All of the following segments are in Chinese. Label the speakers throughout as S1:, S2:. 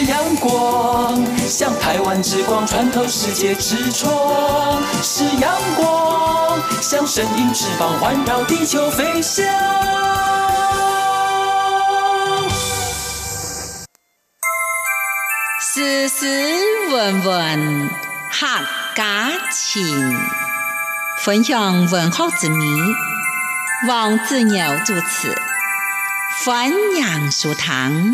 S1: 阳光，像台湾之光穿透世界之窗，是阳光，像神鹰翅膀环绕地球飞翔。
S2: 时时问问客家情，分享文化之美。王子牛主持，欢迎收听。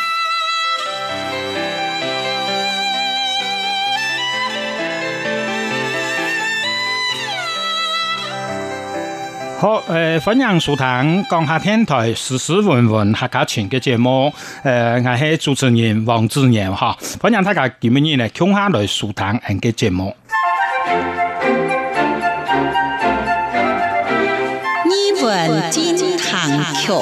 S3: 好，欢迎收聽江夏天台時事問問客家情嘅節目，我係主持人王志牛哈，歡迎大家今日呢共下來收聽嘅節目。
S2: 語文金堂橋。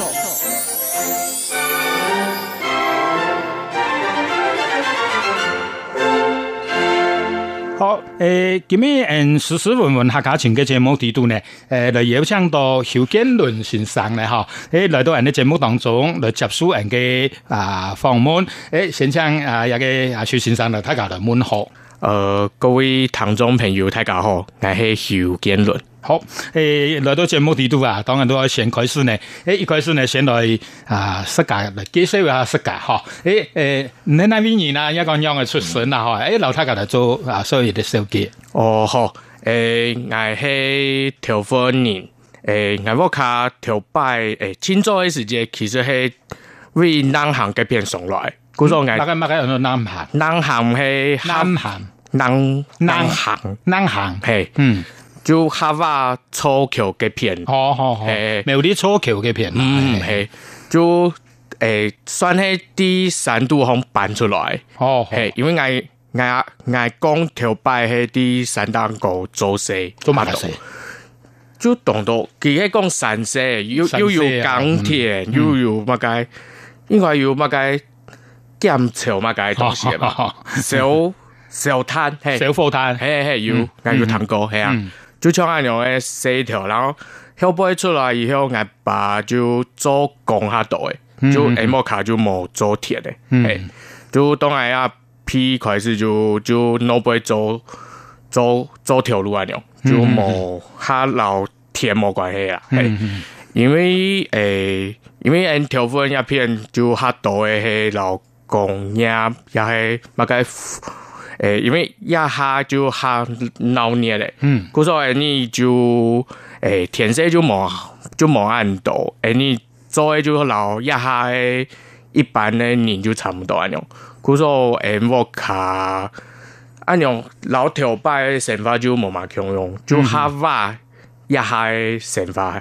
S3: 好，今日時事問問客家情嘅節目地度呢，嚟邀請到邱建倫先生咧，哈，來到人嘅節目當中嚟接受人嘅訪問，先請一個邱先生嚟大家嚟問好。
S4: 各位聽眾朋友，大家好，我係邱建倫。
S3: 好，來到節目地度啊，當然都要先開始呢。一開始呢，先來世界嚟介紹一下世界哈。你那邊人啊，一個樣嘅出身啊，哈，留大家嚟做所有嘅小記。
S4: 哦，好，我係條分人，我卡條拜，清早嘅時節其實係為南韓嘅片上來，故說我
S3: 乜嘅有南韓，
S4: 南韓係南韓係，就客話初橋嘅片，
S3: 好，沒有啲初橋嘅片，
S4: 係就算係第三度行搬出來，係因為我講條拜係第三檔個做事，
S3: 做乜事？
S4: 就當到佢係講山色，又有鋼鐵，又有乜嘅，應該有乜嘅劍橋乜嘅東西嘛，小攤，
S3: 小貨攤，
S4: 係有，我有聽過，係啊。就像咁樣嘅四條，然後後背出來以後，我爸就做鋼下度嘅，就摩卡就冇做鐵嘅，就當然啊 P 開始就攞背做條路咁樣，就冇下撈鐵冇關係啦，因為條分一片就下度嘅係撈鋼呀，又係乜嘅。因為一下就下鬧熱咧，故所以你就天色就冇按到，你做就老一下一般的人就差唔多咁樣，故所我卡咁樣老條拜神法就冇嘛強用，就下話一下神法，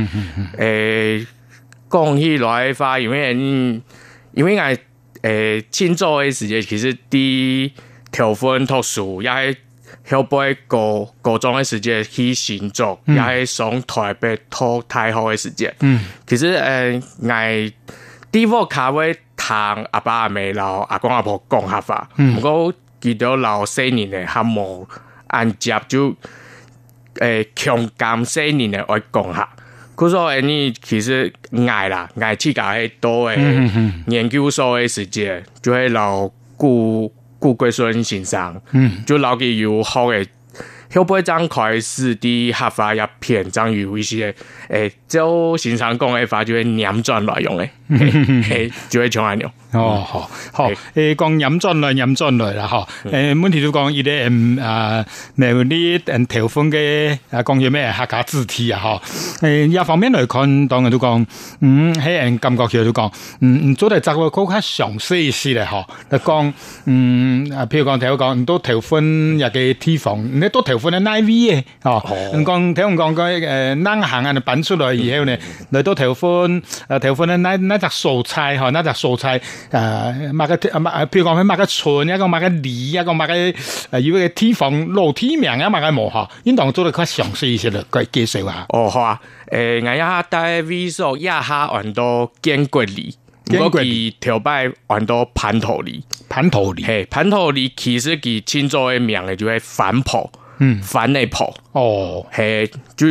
S4: 講起來話，因為我清早嘅時間其實啲。條分讀書，也係後背高中嘅時間去新竹，也係上台北讀大學嘅時間。其實我第一卡位聽阿爸阿妹老阿公阿婆講下法，不過記得老4年嘅還冇按接就強減4年嘅愛講下。佢說你其實愛啦，愛去搞係多嘅研究所嘅時間，就係老顧桂順先生，就老佢有好嘅，後背張開始啲客話一片，張有一些就先生講嘅話就會念轉來用嘅，就會像咁樣。
S3: 哦，好，講念轉來啦，嗬，問題就講依啲咩啲條分嘅講嘢咩客家字體啊，嗬，一方面來看，當然都講，喺人感覺上都講，做嚟習慣較詳細一些咧，嗬，嚟講，譬如講睇我講，唔多條分一個地方，你多條分嘅哪位嘅，哦，講睇我講個南行啊，搬出來以後呢，嚟到條分嘅那隻蔬菜，嗬，那隻蔬菜。乜嘅譬如講佢乜嘅村，一個乜嘅里，一個乜嘅有個地方老地名啊，乜嘅冇嚇，應當做得較詳細一些嚟介紹下。
S4: 哦，好啊，我一下帶 V 數一下玩到建國里，我佢條擺玩到蟠桃里，
S3: 蟠桃里
S4: 其實佢清早嘅名嘅就係反埔，反內埔，
S3: 哦，
S4: 係就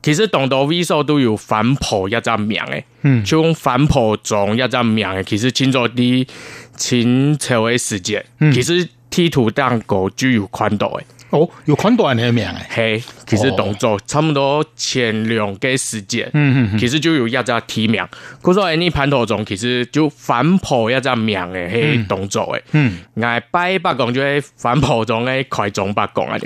S4: 其實當到位數都有反哺一隻名誒，像反哺種一隻名誒，其實清楚啲清朝嘅時節，其實地圖當個就有看到誒。
S3: 哦，有看到人嘅名誒，
S4: 係，其實動作差唔多前兩個時節，其實就有一隻地名。嗰個呢盤頭種其實就反哺一隻名誒，係動作誒。我拜北講就係反哺種嘅快種北講啊，就。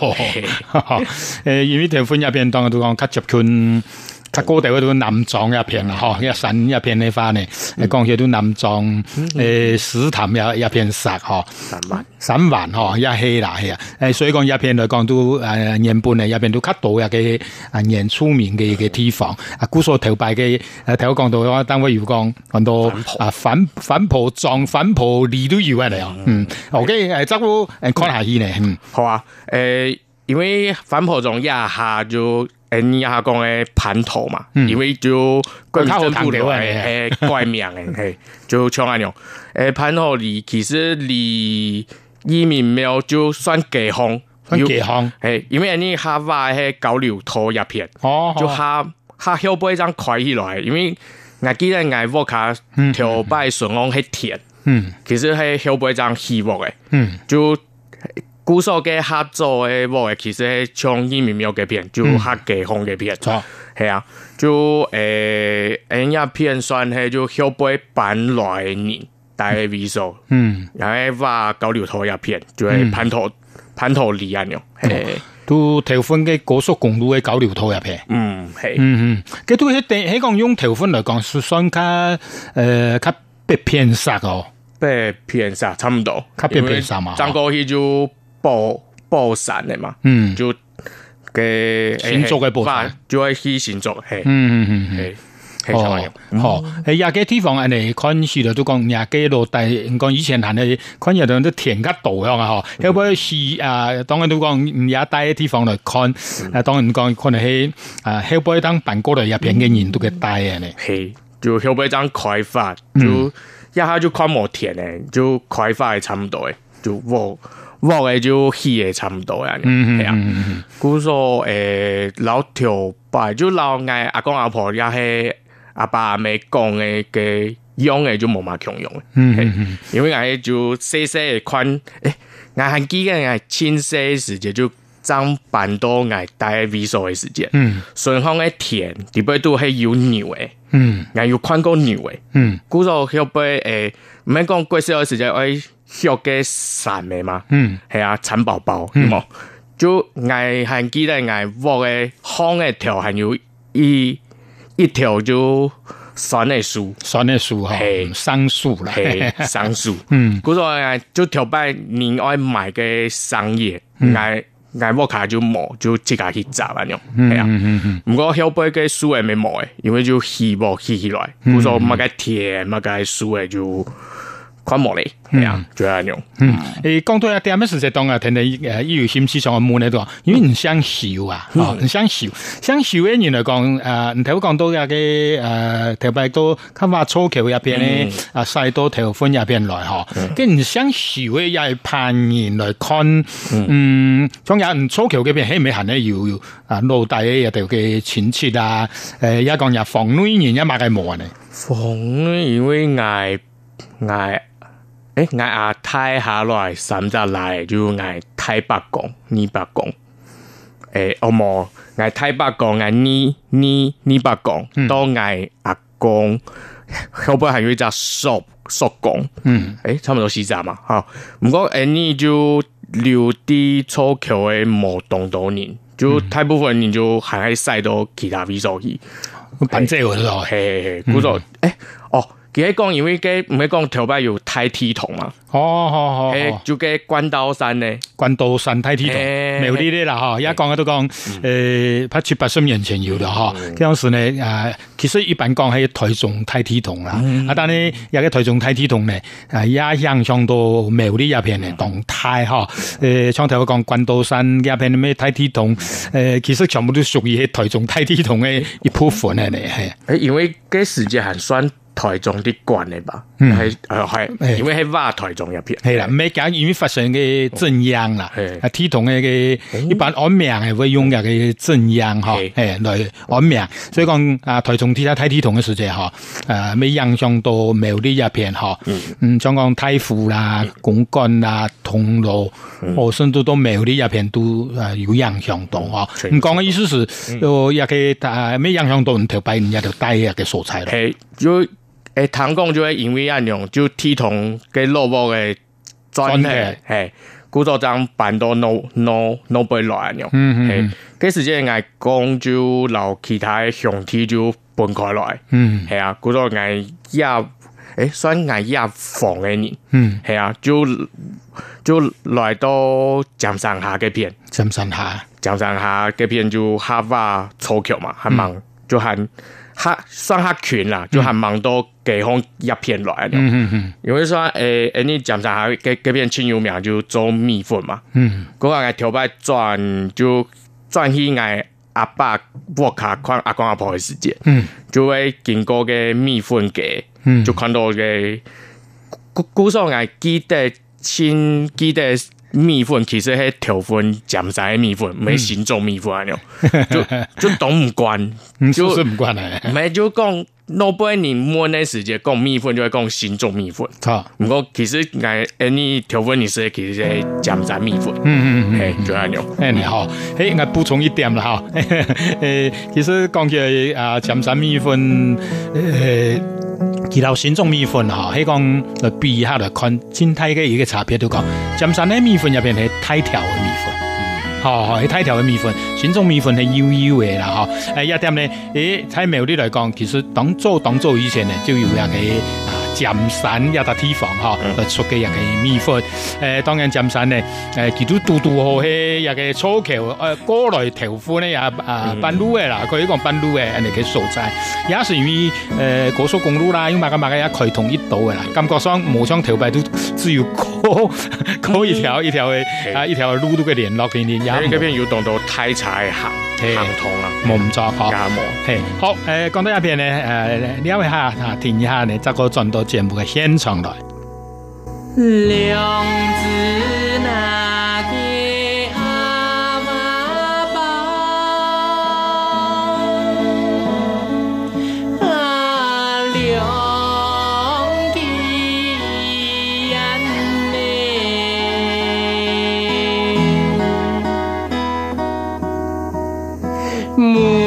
S3: 因為條分入邊當都講較接近。較高地嗰度南莊一片啦，嗬，一山一片嘅話呢，講起都南莊，石潭一片石，嗬，三環嗬，一起啦，係啊，所以講一片來講都原本咧，一片都較多一個原出名嘅地方，古所頭擺嘅頭講到嘅話，單位要講到反哺莊、反哺里都要嚟啊，OK， 即係看下去呢，
S4: 好啊，因為反哺莊一下就。你下講嘅盤頭嘛，因為就怪名政府嘅怪名嘅，就像咁樣。盤頭離其實離移民廟就算幾巷，因為你下話係九流頭一片，就下後背張快起來，因為我記得我屋卡條擺順安係田，其實係後背張起屋嘅，就。古所嘅合作嘅喎，其實係像移民廟嘅片，就客家風嘅片，係啊，就一片算係就後背搬來年大嘅位數，然後話九流頭一片，就係盤頭里啊樣，
S3: 都頭份嘅高速公路嘅九流頭一片，係，佢都喺講用頭份嚟講，算較北偏沙哦，
S4: 北偏沙差唔多，
S3: 較北偏沙嘛，
S4: 張過去就。寶山嘅嘛，就嘅
S3: 新竹嘅寶山，
S4: 就係去新竹，係，
S3: 廿個地方人哋看時就都講廿個落地，講以前人哋看日都田吉道樣啊，嗬，要不是當然都講廿大嘅地方嚟看，當然講可能係後背當辦過嚟入邊嘅人都嘅大嘅咧，
S4: 係，就後背當開發，就一下就看冇田咧，就開發係差唔多嘅，就我嘅就起嘅差唔多呀，係啊。古所老條擺就老嗌阿公阿婆也係阿爸阿妹講嘅用嘅就冇乜強用嘅，因為我就細細嘅看，我還記得我親細嘅時節就爭辦多我大位數嘅時節，順方嘅田底邊都係有牛嘅，我有看過牛嘅，古所後背唔係講貴少嘅時節學嘅山嘅嘛，係啊，蠶寶寶，冇就我還記得我嘅巷嘅條還有一條就酸嘅樹哈，桑樹啦，係桑樹，嗰個就條擺你愛買嘅桑葉，我卡就冇，就自家去摘咁樣，係啊，唔過後背嘅樹係未冇嘅，因為就起起來，嗰個乜嘅田乜嘅樹嘅就。看冇嚟，係啊，就係咁樣。
S3: 講到一點咩事情當啊，聽到一有心思上嘅門嚟講，因為唔想笑啊，唔想笑嘅人嚟講，唔睇講到有嘅頭擺都看話粗橋入邊咧，細到頭分入邊來嗬，跟唔想笑嘅又係攀人來看，仲有唔粗橋嗰邊係咪行咧要老大嘅條嘅親戚啊，一講又房內人一買嘅冇啊，
S4: 房內因為嗌阿太下來三隻來就嗌太北講呢北講，我冇嗌太北講嗌呢北講，都嗌阿公後邊還有一隻叔講，差唔多四隻嘛，吓，唔過你就留啲粗橋嘅冇動到人，就大部分人就還係曬到其他位數去，
S3: 反正我咯，
S4: 係，嗰個佢係講因為嘅唔係講頭擺有太鐵桶嘛，就嘅關刀山咧，
S3: 關刀山太鐵桶，沒有呢啲啦嗬，而家講嘅都講780年前有嘅嗬，嗰陣時咧其實一般講係台中太鐵桶啦，但係有嘅台中太鐵桶咧，也影響到廟裏入邊嘅動態嗬，像頭講關刀山入邊咩太鐵桶，其實全部都屬於係台中太鐵桶嘅一部分嚟係，
S4: 因為嘅時間係算。 台中的管的吧？係因為係話台中入邊。
S3: 係啦，唔係講因為發生嘅震央啦，體統嘅一般按名係會用嘅震央嗬，來按名。所以講台中睇體統嘅時節嗬，未影響到苗栗入邊嗬，像講太湖啦、公幹啦、銅鑼，甚至到苗栗入邊都有影響到嗬。唔講嘅意思是，一個未影響到唔條擺唔一條低嘅素材咯。
S4: 就唐講就係因為咁樣，就體統嘅落幕嘅專題，古組長辦到no背來咁樣。嗰時間我講就留其他鄉體就分開來，係啊，古組長算我也放嘅人，係啊，就來到江山下嘅片，
S3: 江山下
S4: 嘅片就下話粗橋嘛，係忙就係。算下群啦，就係忙到幾方一片來因為說你江山下嘅片親有名就做米粉嘛，嗰個係條擺轉就轉去我阿爸沃卡看阿公阿婆嘅時間，就會經過嘅米粉嘅，就看到嘅古時候我記得米粉其實係條粉鹹晒米粉，唔係新種米粉就懂唔慣，
S3: 就是唔慣咧。
S4: 唔係就講老輩人摸那時節講米粉就係講新種米粉，唔過其實你條粉你是其實係鹹晒米粉，就係咁。
S3: 你好，我補充一點啦哈，其實講起鹹晒米粉，其他新種米粉哈，喺講來比一下來看，真體嘅一個差別都講，鹹晒嘅米粉入邊係太條嘅米粉，係太條嘅米粉，新種米粉係油油嘅啦，一點咧，喺苗栗嚟講，其實當做以前咧，就有一個尖山一笪地方來出嘅一個米粉，當然尖山咧，佢都တူ好係一個粗橋，過來條款咧也半路嘅啦，佢講半路嘅人哋嘅所在，也是因為高速公路啦，因為馬也開通一道嘅啦，感覺上冇像條擺都只有過一條一條路都嘅聯絡嘅，因為
S4: 嗰邊要當到太柴行通啦，
S3: 冇唔錯好，講到一邊咧，呢位下聽一下呢，這個轉到節目嘅現場來。
S1: 兩子那嘅阿媽寶，兩記眼淚。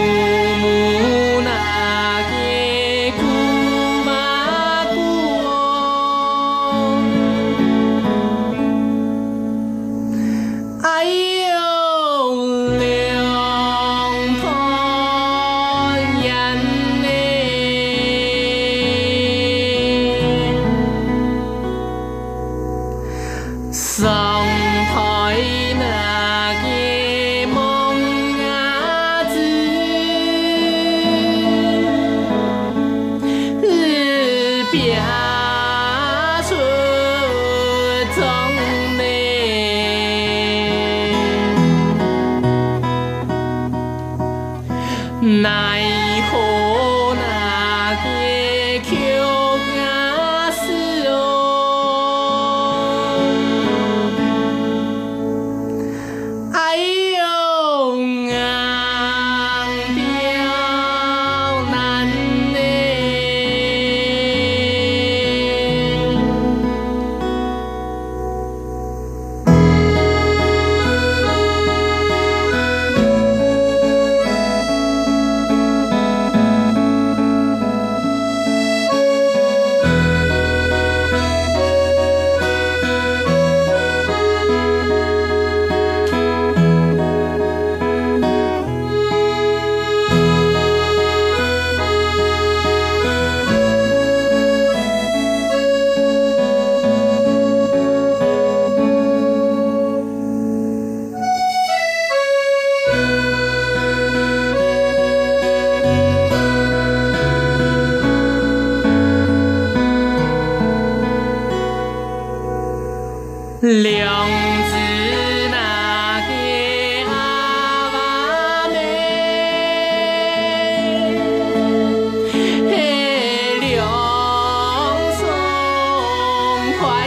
S1: 两子那个阿爸妹，两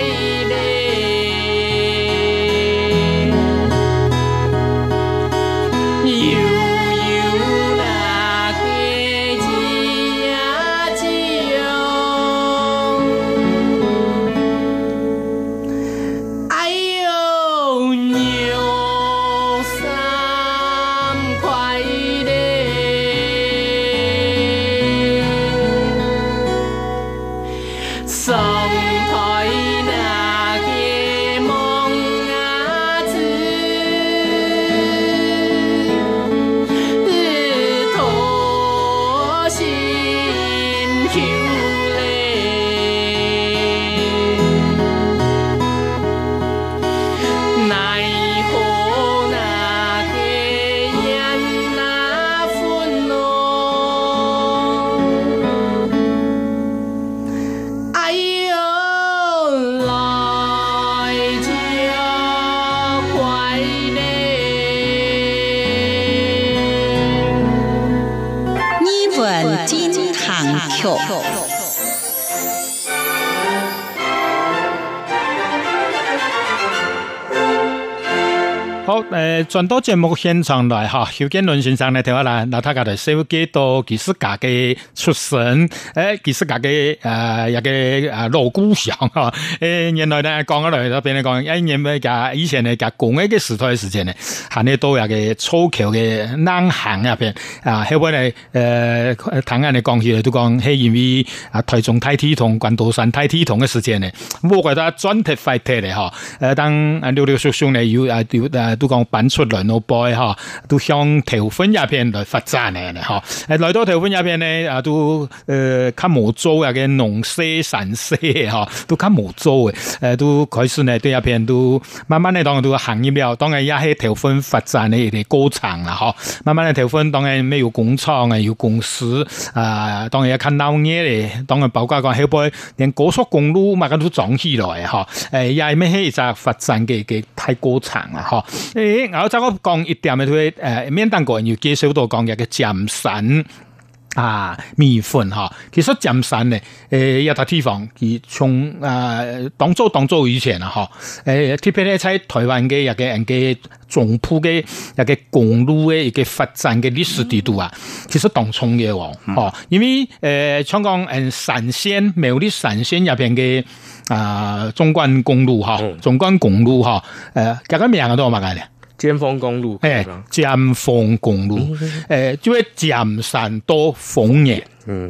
S3: 好，轉到節目現場來哈，邱建倫先生呢，聽下啦，那他家的手機到其實家嘅出身，其實家嘅一個老故鄉哈，原來呢講落嚟嗰邊呢講，因為家以前呢家工業嘅時代嘅時間呢，行呢到一個粗橋嘅南行入邊啊，後尾呢聽人哋講起來都講係因為台中太鐵同關渡山太鐵同嘅時間呢，我覺得專題快鐵咧哈，當陸陸續續呢有都講搬出來no boy 哈，都向條分入邊來發展嘅哈，來到條分入邊呢都較冇做啊嘅農舍散舍哈，都較冇做嘅，都開始呢對入邊都慢慢呢當然都行業了，當然也係條分發展嘅一個過程啦哈，慢慢呢條分當然沒有工廠啊，有公司啊，當然也看鬧嘢咧，當然包括講後邊連高速公路嘛都裝起來哈，也係咩係一個發展嘅太過程啦哈。我再講一點嘅，佢免當個人要介紹到講嘅尖山啊米粉哈，其實尖山呢一笪地方，佢從當初以前啊哈，特別咧喺台灣嘅一個人嘅總鋪嘅一個公路嘅一個發展嘅歷史地圖啊，其實當衝嘅喎，因為香港山線苗栗山線入邊嘅中關公路哈，中關公路哈，嗰個名啊都係乜嘢咧？
S4: 尖峰公路，
S3: 尖峰公路，就係尖山到豐原，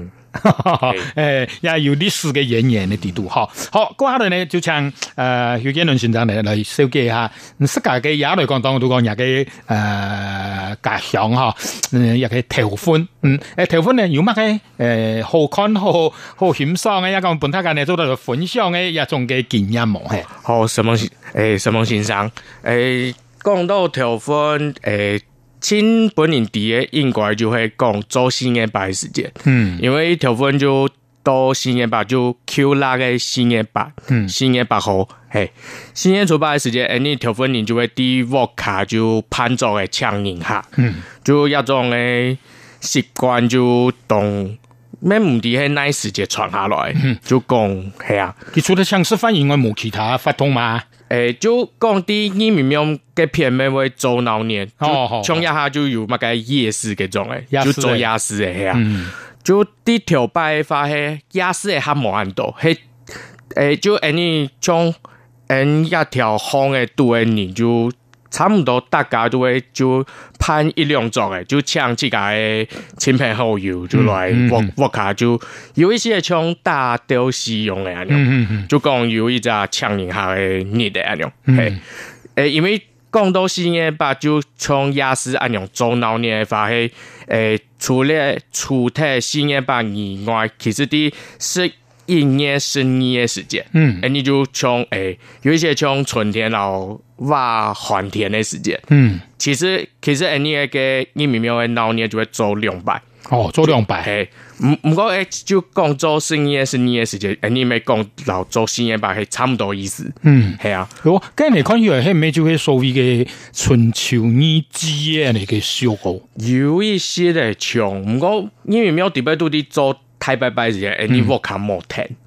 S3: 也有歷史嘅演員嘅地圖，好，嗰下度呢就請邱建倫先生嚟紹介下，世界嘅嘢嚟講，當都講日嘅家鄉哈，日嘅條分，條分呢有乜嘅好看好欣賞嘅一個本他間呢做到分享嘅一種嘅經驗冇係，
S4: 好，什麼先生，講到條分，親本年底嘅應該就會講做4月8嘅時間，因為條分就到4月8就 Q 拉嘅4月8，4月8號，係4月初8嘅時間，你條分你就會啲沃卡就攀咗嘅強人下，就一種嘅習慣就當咩唔啲係那時間傳下來，就講係啊，
S3: 佢除咗強勢反應外冇其他發動嘛？
S4: 就講啲你明明嘅片面會做鬧年，就衝一下就有乜嘅夜市嘅種嘅，就做夜市嘅係啊，就啲條擺發係夜市嘅冇咁多，係就你將一條巷嘅度嘅人就差唔多大家都會就攀一兩座嘅，就搶自家嘅親朋好友就來沃卡，就有一些從大雕使用嘅咁樣，就講有一隻搶人下嘅熱嘅咁樣，因為講到4月8就從夜市咁樣做鬧年嘅話係，除了4月8以外，其實啲是1月12嘅時間，你就從有一些從春天到哇寒天嘅時間，其實你嘅一米秒嘅鬧年就會做2擺，
S3: 做2擺，
S4: 唔過就講做4月12嘅時間，你咪講到做4月8係差唔多意思，係啊，
S3: 咁你看以為係咩就係所謂嘅春秋二季嘅那個小號，
S4: 有一些嘅唱，唔過一米秒特別都啲做太拜拜時間，你沃卡冇聽。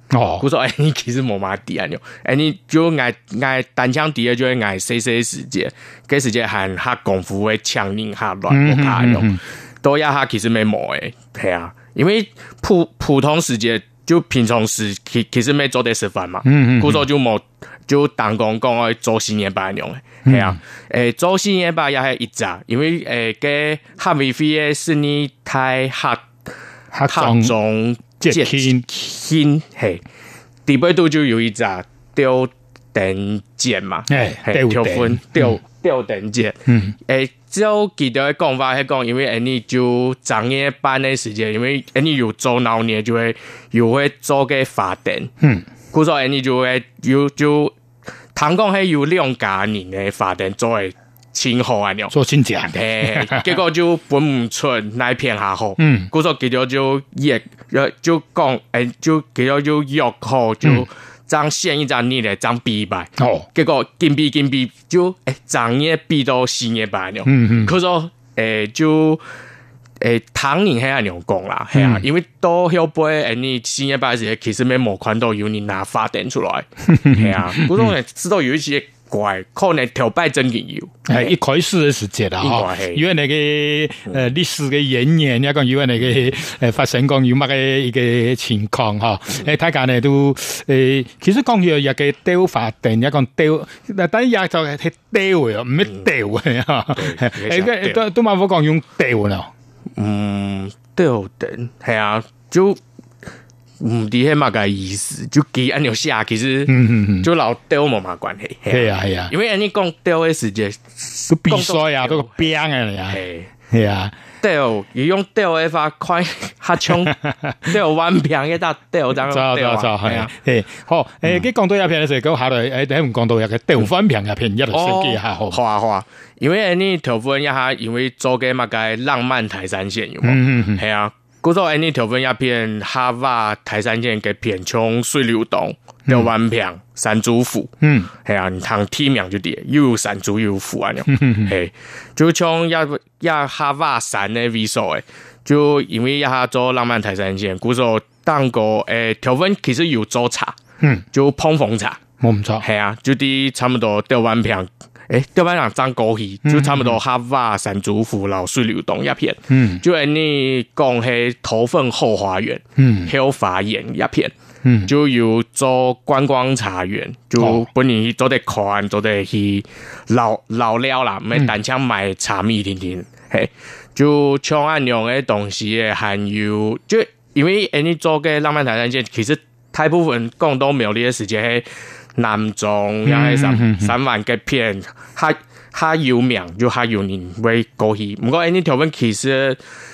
S3: 哦，
S4: 故說你其實冇乜啲啊，你就嗌單槍啲就嗌細時間，嗰時間係下功夫會強硬下亂個卡用，都一下其實沒冇誒，係啊，因為普通時間就平常時其實沒做得食飯嘛，故說就冇就當講去做4年班用誒，係啊，做4年班也係一隻，因為嘅學位費是你太學中。節慶係，第八度就有一隻吊燈節嘛，條分吊燈節。只有記得講法係講，因為你就長夜班的時間，因為你有做鬧年就會又會做個發電。故說你就會就聽講係有2家人的發電做嘅。清好啊，
S3: 做清潔，
S4: 結果就分唔出那片下好，故說結果就就講，就結果就約好就將現一張你嚟將比敗，結果緊比就張嘢比到4年班了，佢說就當年係咁講啦，係啊，因為到後背你4年班時其實沒冇看到有你拿發電出來，係啊，嗰種知道有一些。怪可能頭擺真緊要，
S3: 一開始的時節啦，哈，因為那個歷史嘅演員，也講因為那個發生講有乜嘅一個情況，哈，大家呢都其實講有一個雕發電，也講雕，但係也就係雕嘅，唔係雕嘅，哈，都冇好講用雕咯，
S4: 雕電係啊，就。唔知係乜嘅意思，就幾按鈕下，其實就老雕冇乜關係。
S3: 係啊係啊，
S4: 因為你講雕嘅時間，
S3: 都比賽啊，都個兵啊呀，係啊，
S4: 雕要用雕嘅法快下槍，雕彎平嘅得雕咁樣雕係啊。
S3: 好，佢講到一片嘅時候，下來唔講到一個雕翻平嘅片，一路設計下好。
S4: 好啊，因為你頭分一下，因為做嘅乜嘅浪漫台山線有冇？係啊。故說你條分一片哈瓦台山線嘅片從水流動到灣平山竹湖，係啊，你睇地名就啲，又有山竹又有湖啊，係就從一哈瓦山嘅位數誒，就因為一下做浪漫台山線，故說當個條分其實有做茶，就碰風茶，
S3: 冇唔錯，
S4: 係啊，就啲差唔多到灣平。對班人爭過去，就差不多哈瓦山竹湖老水流動一片，就係你講係頭份後花園，後花園一片，就有做觀光茶園，就本年做得看，做得去老料啦，唔係單槍買茶米甜，係就像按樣嘅東西含有，就因為你做嘅浪漫台山線，其實大部分講到沒有呢個時間係。南中又係3萬嘅片，下有名就下有人會過去。不過呢條文其實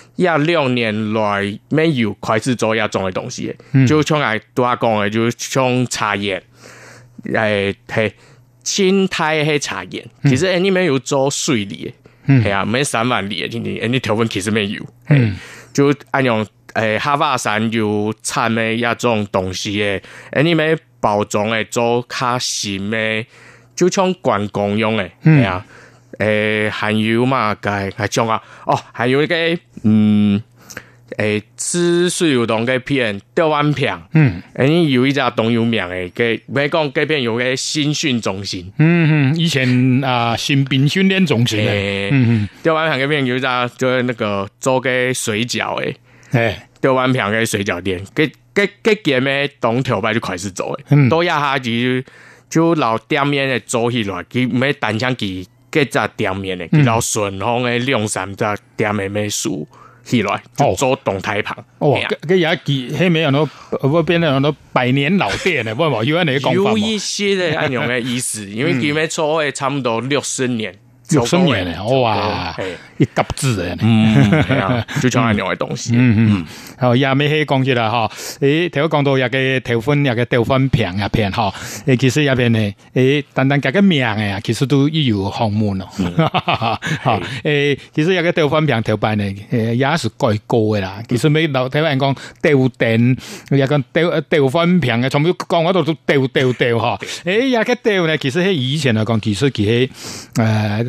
S4: 2年來沒有開始做一種嘅東西，就像我對我講嘅，就像茶葉，係青苔係茶葉。其實你沒有做水梨，係啊，沒3萬梨，呢條文其實沒有，就按樣哈瓦山有產嘅一種東西嘅，你沒。包裝誒做較新誒，就像觀光用誒，係啊，還有嘛個種啊，還有一個吃水流動嘅片吊灣片，你有一隻東有名誒，佢唔係講嗰邊有個新訓中心，
S3: 以前啊新兵訓練中心誒，
S4: 吊灣片嗰邊有一隻就那個做個水餃誒，吊灣片嘅水餃店，嗰件咩當條擺就開始做誒，到一下就老店面誒做起來，佢唔係單槍佢嗰隻店面誒，佢老順風誒2-3隻店面咩數起來就做動態棚。
S3: 嗰也幾係咪有嗰嗰邊有嗰百年老店誒，冇有你嘅講法？
S4: 有一些嘅按樣嘅意思，因為佢咩做誒差唔多60年。
S3: 60年咧，哇，一沓字誒，
S4: 係啊，就像按樣嘅東西，
S3: 好，也未去講起啦，哈，頭講到一個頭份，一個豆粉片一片，哈，其實一片呢，單單加個名誒，其實都有學問咯，哈，其實一個豆粉片頭版呢，也是改高嘅啦，其實咩老台灣人講豆電，一個豆粉片嘅，從尾講嗰度都豆，哈，一個豆呢，其實喺以前嚟講，其實佢係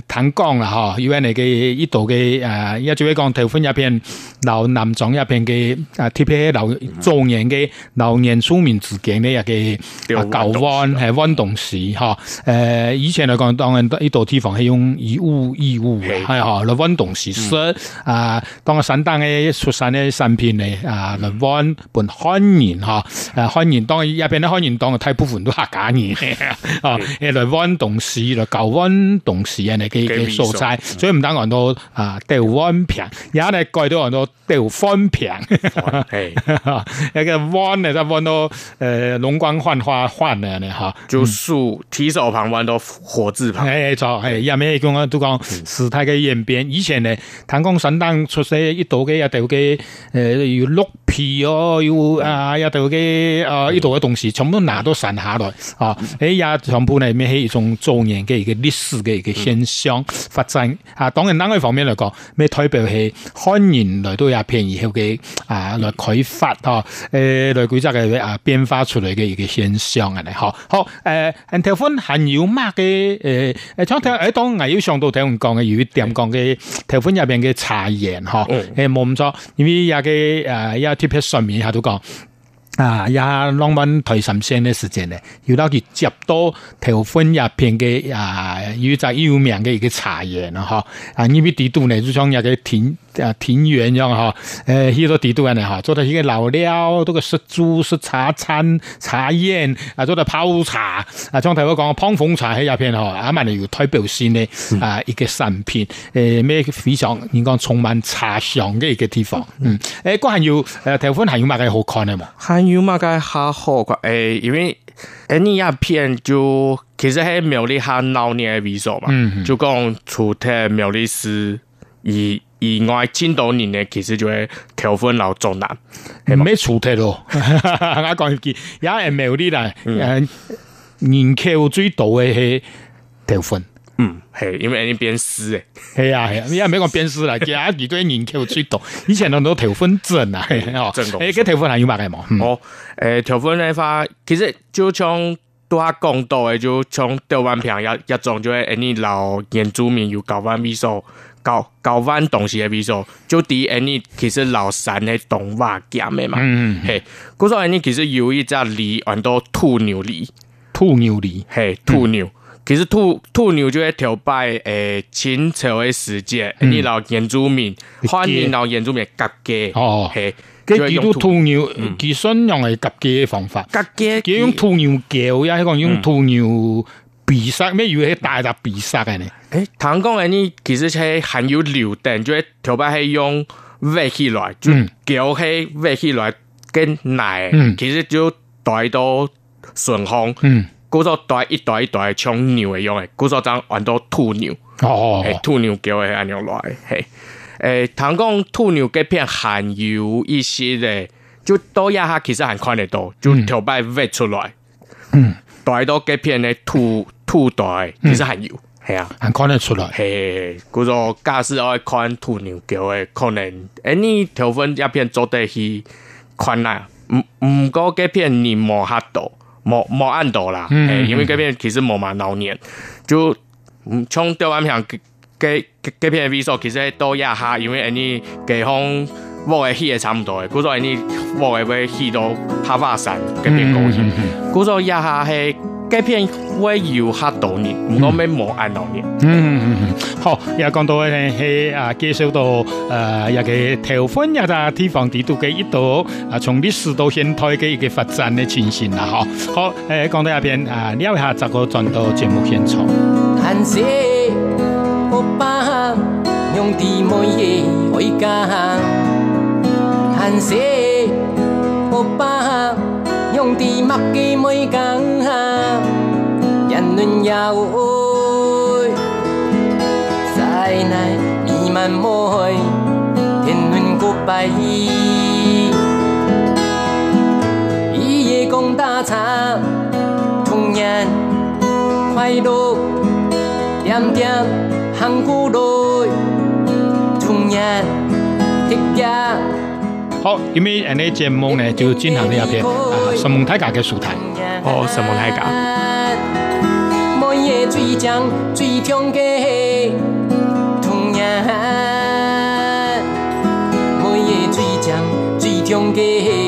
S3: 谈講啦，嗬，因為你嘅呢度嘅一就會講頭份一片留南莊一片嘅特別留中年嘅留年書面之間呢一個舊灣係溫動市嗬，以前嚟講當然呢度地方係用義烏嘅，係嗬，嚟溫動市當個省單嘅出產嘅產品咧嚟溫本漢人嗬，漢人當一邊咧漢人當嘅大部分都客家人嚟溫動市嚟舊溫動市啊，你嘅素材，所以唔單講到豆灣平，而家咧改到講到豆番平，係一個灣咧就灣到龍光煥花煥咧嚇，
S4: 就樹提手旁灣到火字旁，
S3: 錯係入面講都講時態嘅演變，以前咧譚公省當出世一度嘅一度嘅要綠皮哦，要一度嘅一度嘅東西，全部拿到山下來也全部咧咩係一種造園嘅一個歷史嘅一個現象發展當然另外一方面嚟講，咩代表係漢人來到也便宜後嘅來開發來規則嘅變化出嚟嘅一個現象啊！好，頭份還有乜嘅當我要上到頭份講嘅，有一點講嘅頭份入邊嘅茶園冇唔錯，因為有嘅有特別上面下都講。也浪漫台深線嘅時間咧，要到佢接到頭份入邊嘅有隻有名嘅一個茶園啦，因為地度呢就像一個田園咁呢個地度呢做到一個老料，都個食豬食茶餐茶園做到泡茶將頭講泡鳳茶喺入邊阿萬你要代表性呢一個產品咩非常應該充滿茶香嘅一個地方。嗰係要頭份係要乜嘅好看嘅嘛？
S4: 有嘛個較好看因為呢一片就其實係苗栗較鬧熱嘅味素嘛，就講除咗苗栗市以外，真多年咧其實就係頭份老中南，
S3: 唔係除咗咯，我講一句，也係苗栗啦，人口最多嘅係頭份。
S4: 係，因為呢邊濕
S3: 係啊，因為美國邊濕啦，其他幾多人口最多，以前都頭份鎮啊，個頭份係要乜嘅嘛？
S4: 頭份嘅話，其實就像都下講到嘅，就像豆灣平一種，就係呢老原住民有搞翻味素，搞翻東西嘅味素，就啲呢其實老山嘅動畫夾嘅嘛，係，嗰種呢其實有一隻梨，叫做兔牛梨，係兔牛。其實兔牛就係頭擺清朝嘅時節，你老原住民，歡迎老原住民夾嘅，係，
S3: 佢叫做兔牛，其實用係夾嘅方法，佢用兔牛叫，也係講用兔牛鼻塞，咩要係大隻鼻塞嘅呢？
S4: 唐講嘅呢，其實係含有榴彈，就係頭擺係用挖起來，就叫係挖起來跟奶，其實就帶到順風。嗰個袋一袋像牛嘅樣嘅，嗰個就玩到兔牛，兔牛叫嘅咁樣來，係，聽講兔牛嘅片含有一些咧，就多一下其實還看得到，就頭擺挖出來，袋到嘅片咧兔袋其實含有，係啊，
S3: 還看得出來，
S4: 係，嗰個假使愛看兔牛叫嘅，可能你頭份一片做得去看啦，唔過嘅片你冇嚇到。冇按到啦，因為嗰邊其實冇乜鬧年，就從豆灣鄉嗰片味素其實都一下，因為你幾方我嘅戲係差唔多嘅，嗰種你我嘅戲到下花山嗰邊高戲，嗰種一下係嗰片會有嚇到你，唔講咩冇按到你。
S3: 好，又講到係介紹到一個頭份一個地方地圖嘅一度從歷史到現代嘅一個發展嘅情形啦，好，講到一邊聊一下這個轉到節目現場。
S1: 談些我把用啲乜嘢去講，談些我把用啲乜嘅乜講，人論有。在那彌漫愛，天倫國拜，一夜共打茶，童年快樂，點點行過來，童年的家。
S3: 好，因為呢節目呢就進行呢一篇神農大家嘅書台，
S4: 神農大家。
S1: 的水江水中的童年，每个水江水中的